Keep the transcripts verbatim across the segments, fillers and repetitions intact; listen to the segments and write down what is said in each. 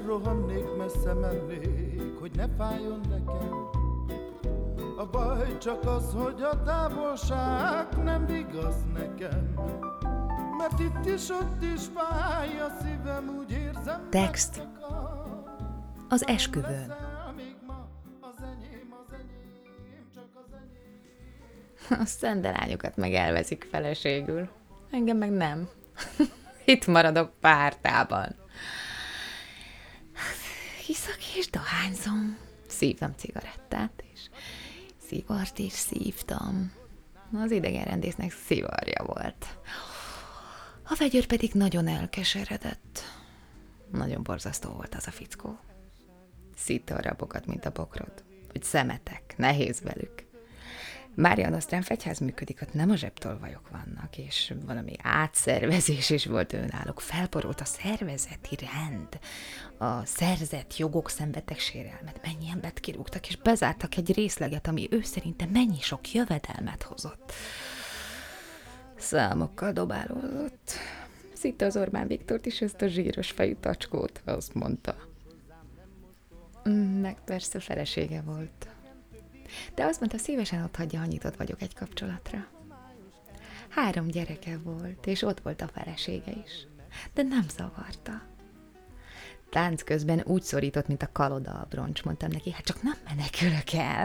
rohannék, messze mennék, hogy ne fájjon nekem. A baj csak az, hogy a távolság nem igaz nekem. Mert itt is, ott is fáj a szívem, úgy érzem. Text. Az esküvőn. A szendelányokat meg elveszik feleségül. Engem meg nem. Itt maradok pártában. Hiszak és dohányzom. Szívtam cigarettát, és szivart is szívtam. Az idegenrendésznek szivarja volt. A vegyőr pedig nagyon elkeseredett. Nagyon borzasztó volt az a fickó. Szítta a rabokat, mint a bokrot. Hogy szemetek, nehéz velük. Marian Osztrán fegyház működik, ott nem a zsebtolvajok vannak, és valami átszervezés is volt önállók. Felborult a szervezeti rend, a szerzett jogok szenvedtek sérelmet. Mennyi embert kirúgtak, és bezártak egy részleget, ami ő szerinte mennyi sok jövedelmet hozott. Számokkal dobálózott. Szitta az Orbán Viktort is, ezt a zsíros fejű tacskót, azt mondta. Meg persze felesége volt. De azt mondta, szívesen ott hagyja, ha nyitott vagyok egy kapcsolatra. Három gyereke volt, és ott volt a felesége is. De nem zavarta. Tánc közben úgy szorított, mint a kaloda a broncs, mondtam neki, hát csak nem menekülök el.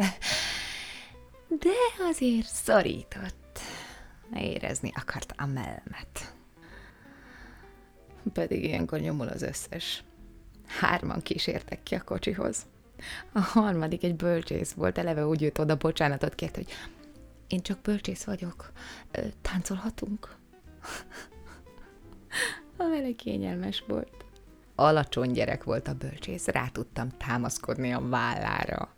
De azért szorított. Érezni akart a melmet. Pedig ilyenkor nyomul az összes. Hárman kísértek ki a kocsihoz. A harmadik egy bölcsész volt, eleve úgy jött oda, bocsánatot kért, hogy én csak bölcsész vagyok, táncolhatunk? A vele kényelmes volt. Alacsony gyerek volt a bölcsész, rá tudtam támaszkodni a vállára.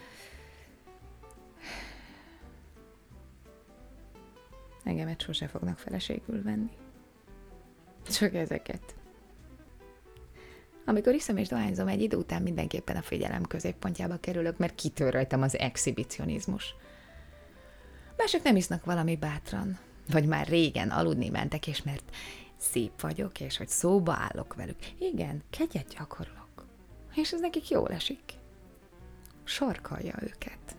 Engemet sose fognak feleségül venni. Csak ezeket. Amikor iszom és dohányzom, egy idő után mindenképpen a figyelem középpontjába kerülök, mert kitör rajtam az exhibicionizmus. Mások nem isznak valami bátran, vagy már régen aludni mentek, és mert szép vagyok, és hogy szóba állok velük. Igen, kegyet gyakorlok. És ez nekik jól esik. Sarkalja őket.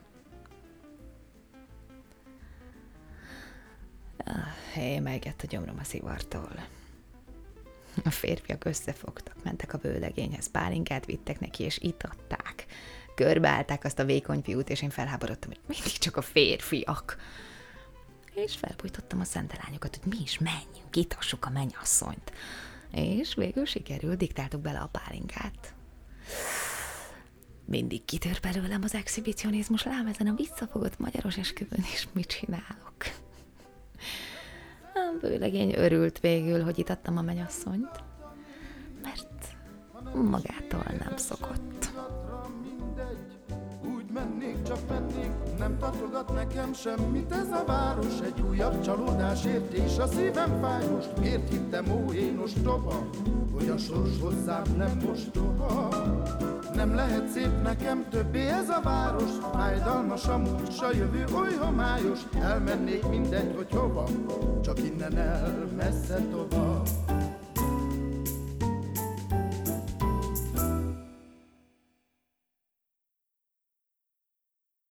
Ah, émelygett a gyomrom a szivartól. A férfiak összefogtak, mentek a vőlegényhez, pálinkát vittek neki, és itatták. Körbeállták azt a vékony fiút, és én felháborodtam, hogy mindig csak a férfiak. És felbújtottam a szentelányokat, hogy mi is menjünk, itassuk a mennyasszonyt. És végül sikerült, diktáltuk bele a pálinkát. Mindig kitör belőlem az exhibicionizmus, lám ezen a visszafogott magyaros esküvőn, és mit csinálok? A vőlegény örült végül, hogy itattam a mennyasszonyt, mert magától nem szokott. Úgy mennék, csak mennék, nem tartogat nekem semmit ez a város. Egy újabb csalódásért, és a szívem fáj most. Miért hittem, ó, én ostoba, hogy a sors hozzám nem mostoha. Nem lehet szép nekem többé ez a város, fájdalmas a múlt, s a jövő oly homályos. Elmennék mindegy, hogy hova, csak innen el messze tovább.